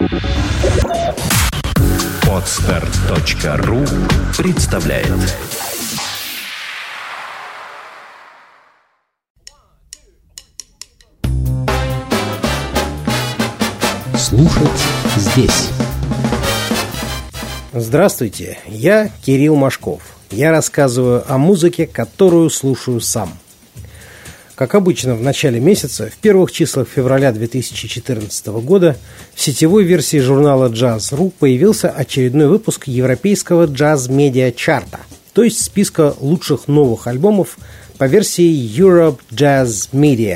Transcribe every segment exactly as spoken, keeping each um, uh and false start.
Подстер точка ру представляет. Слушать здесь. Здравствуйте, я Кирилл Машков. Я рассказываю о музыке, которую слушаю сам. Как обычно, в начале месяца, в первых числах февраля две тысячи четырнадцатого года, в сетевой версии журнала джаз точка ру появился очередной выпуск европейского джаз-медиа-чарта, то есть списка лучших новых альбомов по версии Europe Jazz Media.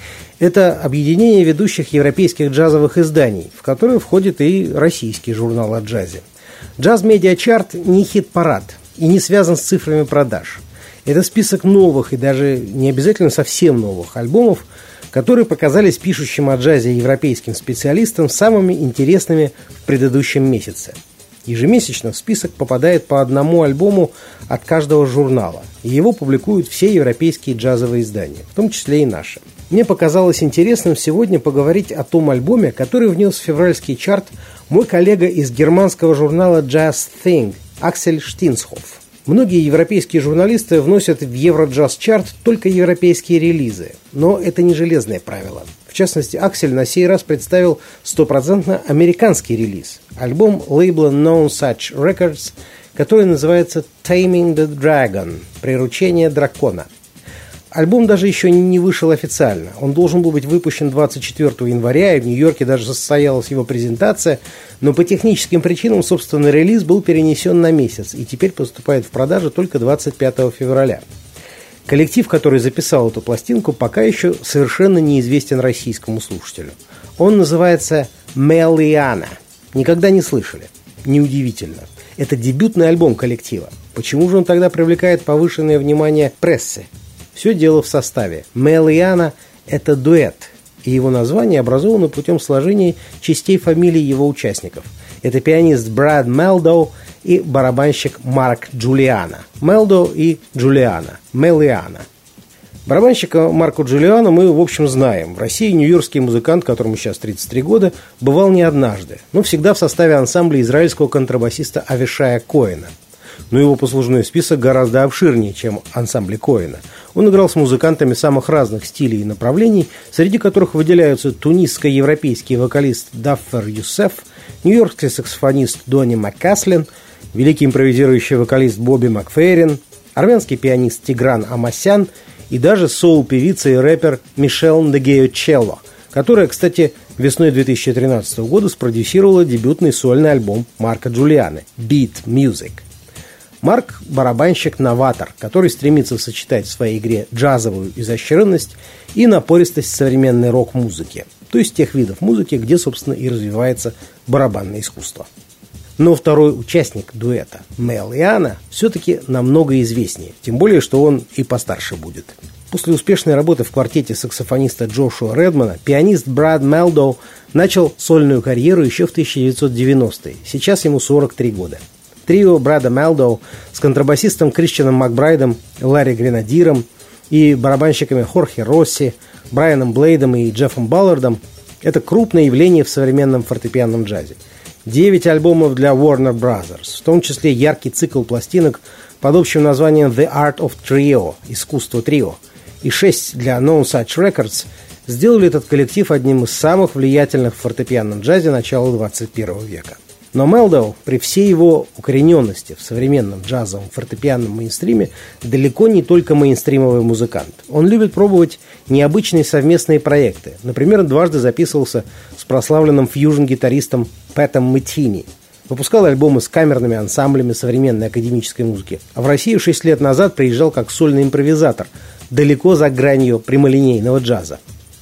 Это объединение ведущих европейских джазовых изданий, в которое входит и российский журнал о джазе. Джаз-медиа-чарт не хит-парад и не связан с цифрами продаж. Это список новых и даже не обязательно совсем новых альбомов, которые показались пишущим о джазе европейским специалистам самыми интересными в предыдущем месяце. Ежемесячно в список попадает по одному альбому от каждого журнала, и его публикуют все европейские джазовые издания, в том числе и наши. Мне показалось интересным сегодня поговорить о том альбоме, который внес в февральский чарт мой коллега из германского журнала Jazz Thing Аксель Штинсхоф. Многие европейские журналисты вносят в Евроджаз-чарт только европейские релизы, но это не железное правило. В частности, Аксель на сей раз представил стопроцентно американский релиз, альбом лейбла No Such Records, который называется Taming the Dragon – «Приручение дракона». Альбом даже еще не вышел официально. Он должен был быть выпущен двадцать четвёртого января, и в Нью-Йорке даже состоялась его презентация, но по техническим причинам, собственно, релиз был перенесен на месяц и теперь поступает в продажу только двадцать пятого февраля. Коллектив, который записал эту пластинку, пока еще совершенно неизвестен российскому слушателю. Он называется «Мелиана». Никогда не слышали. Неудивительно. Это дебютный альбом коллектива. Почему же он тогда привлекает повышенное внимание прессы? Все дело в составе. Мелиана – это дуэт, и его название образовано путем сложения частей фамилий его участников. Это пианист Брад Мелдоу и барабанщик Марк Джулиано. Мелдоу и Джулиано. Мелиана. Барабанщика Марко Джулиано мы, в общем, знаем. В России нью-йоркский музыкант, которому сейчас тридцать три года, бывал не однажды, но всегда в составе ансамбля израильского контрабасиста Авишая Коэна. Но его послужной список гораздо обширнее, чем ансамбль Коэна. Он играл с музыкантами самых разных стилей и направлений, среди которых выделяются тунисско-европейский вокалист Даффер Юсеф, нью-йоркский саксофонист Донни Маккаслин, великий импровизирующий вокалист Бобби Макферрин, армянский пианист Тигран Амасян и даже соул-певица и рэпер Мишель Ндегеочелло, которая, кстати, весной две тысячи тринадцатого года спродюсировала дебютный сольный альбом Марка Джулиано «Beat Music». Марк – барабанщик-новатор, который стремится сочетать в своей игре джазовую изощренность и напористость современной рок-музыки, то есть тех видов музыки, где, собственно, и развивается барабанное искусство. Но второй участник дуэта, Мелиана, все-таки намного известнее, тем более, что он и постарше будет. После успешной работы в квартете саксофониста Джошуа Редмана пианист Брад Мелдоу начал сольную карьеру еще в тысяча девятьсот девяностые, сейчас ему сорок три года. Трио Брада Мелдоу с контрабасистом Кристианом Макбрайдом, Ларри Гренадиром и барабанщиками Хорхе Росси, Брайаном Блейдом и Джеффом Баллардом – это крупное явление в современном фортепианном джазе. Девять альбомов для Warner Brothers, в том числе яркий цикл пластинок под общим названием The Art of Trio – «Искусство трио», и шесть для No Such Records сделали этот коллектив одним из самых влиятельных в фортепианном джазе начала двадцать первого века. Но Мелдоу, при всей его укорененности в современном джазовом фортепианном мейнстриме, далеко не только мейнстримовый музыкант. Он любит пробовать необычные совместные проекты. Например, дважды записывался с прославленным фьюжн-гитаристом Пэтом Метини. Выпускал альбомы с камерными ансамблями современной академической музыки. А в Россию шесть лет назад приезжал как сольный импровизатор, далеко за гранью прямолинейного джаза.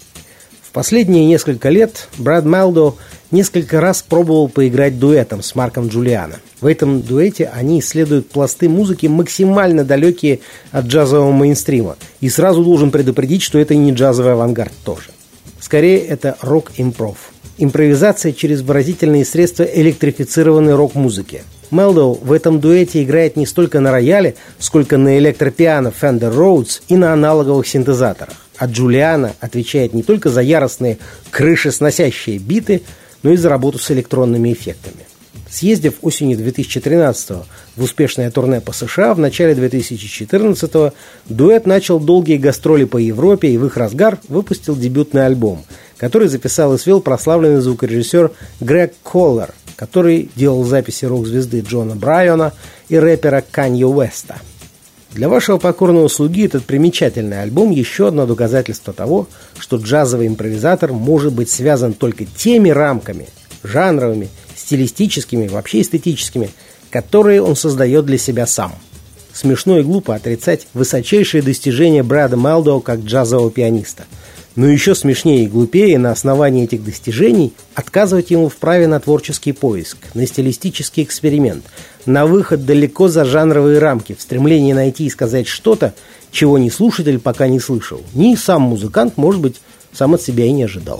В последние несколько лет Брад Мелдоу несколько раз пробовал поиграть дуэтом с Марком Джулиано. В этом дуэте они исследуют пласты музыки, максимально далекие от джазового мейнстрима. И сразу должен предупредить, что это не джазовый авангард тоже. Скорее, это рок-импров. Импровизация через выразительные средства электрифицированной рок-музыки. Мелдоу в этом дуэте играет не столько на рояле, сколько на электропиано Fender Rhodes и на аналоговых синтезаторах. А Джулиано отвечает не только за яростные крышесносящие биты, но и за работу с электронными эффектами. Съездив осенью две тысячи тринадцатого в успешное турне по США, в начале две тысячи четырнадцатого дуэт начал долгие гастроли по Европе и в их разгар выпустил дебютный альбом, который записал и свел прославленный звукорежиссер Грег Коллер, который делал записи рок-звезды Джона Брайана и рэпера Канье Уэста. Для вашего покорного слуги этот примечательный альбом еще одно доказательство того, что джазовый импровизатор может быть связан только теми рамками, жанровыми, стилистическими, вообще эстетическими, которые он создает для себя сам. Смешно и глупо отрицать высочайшие достижения Брэда Мэлдоу как джазового пианиста. Но еще смешнее и глупее на основании этих достижений отказывать ему в праве на творческий поиск, на стилистический эксперимент, на выход далеко за жанровые рамки, в стремлении найти и сказать что-то, чего ни слушатель пока не слышал, ни сам музыкант, может быть, сам от себя и не ожидал.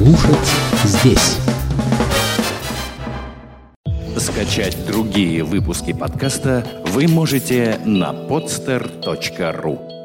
Слушать здесь. Скачать другие выпуски подкаста вы можете на podster точка ру.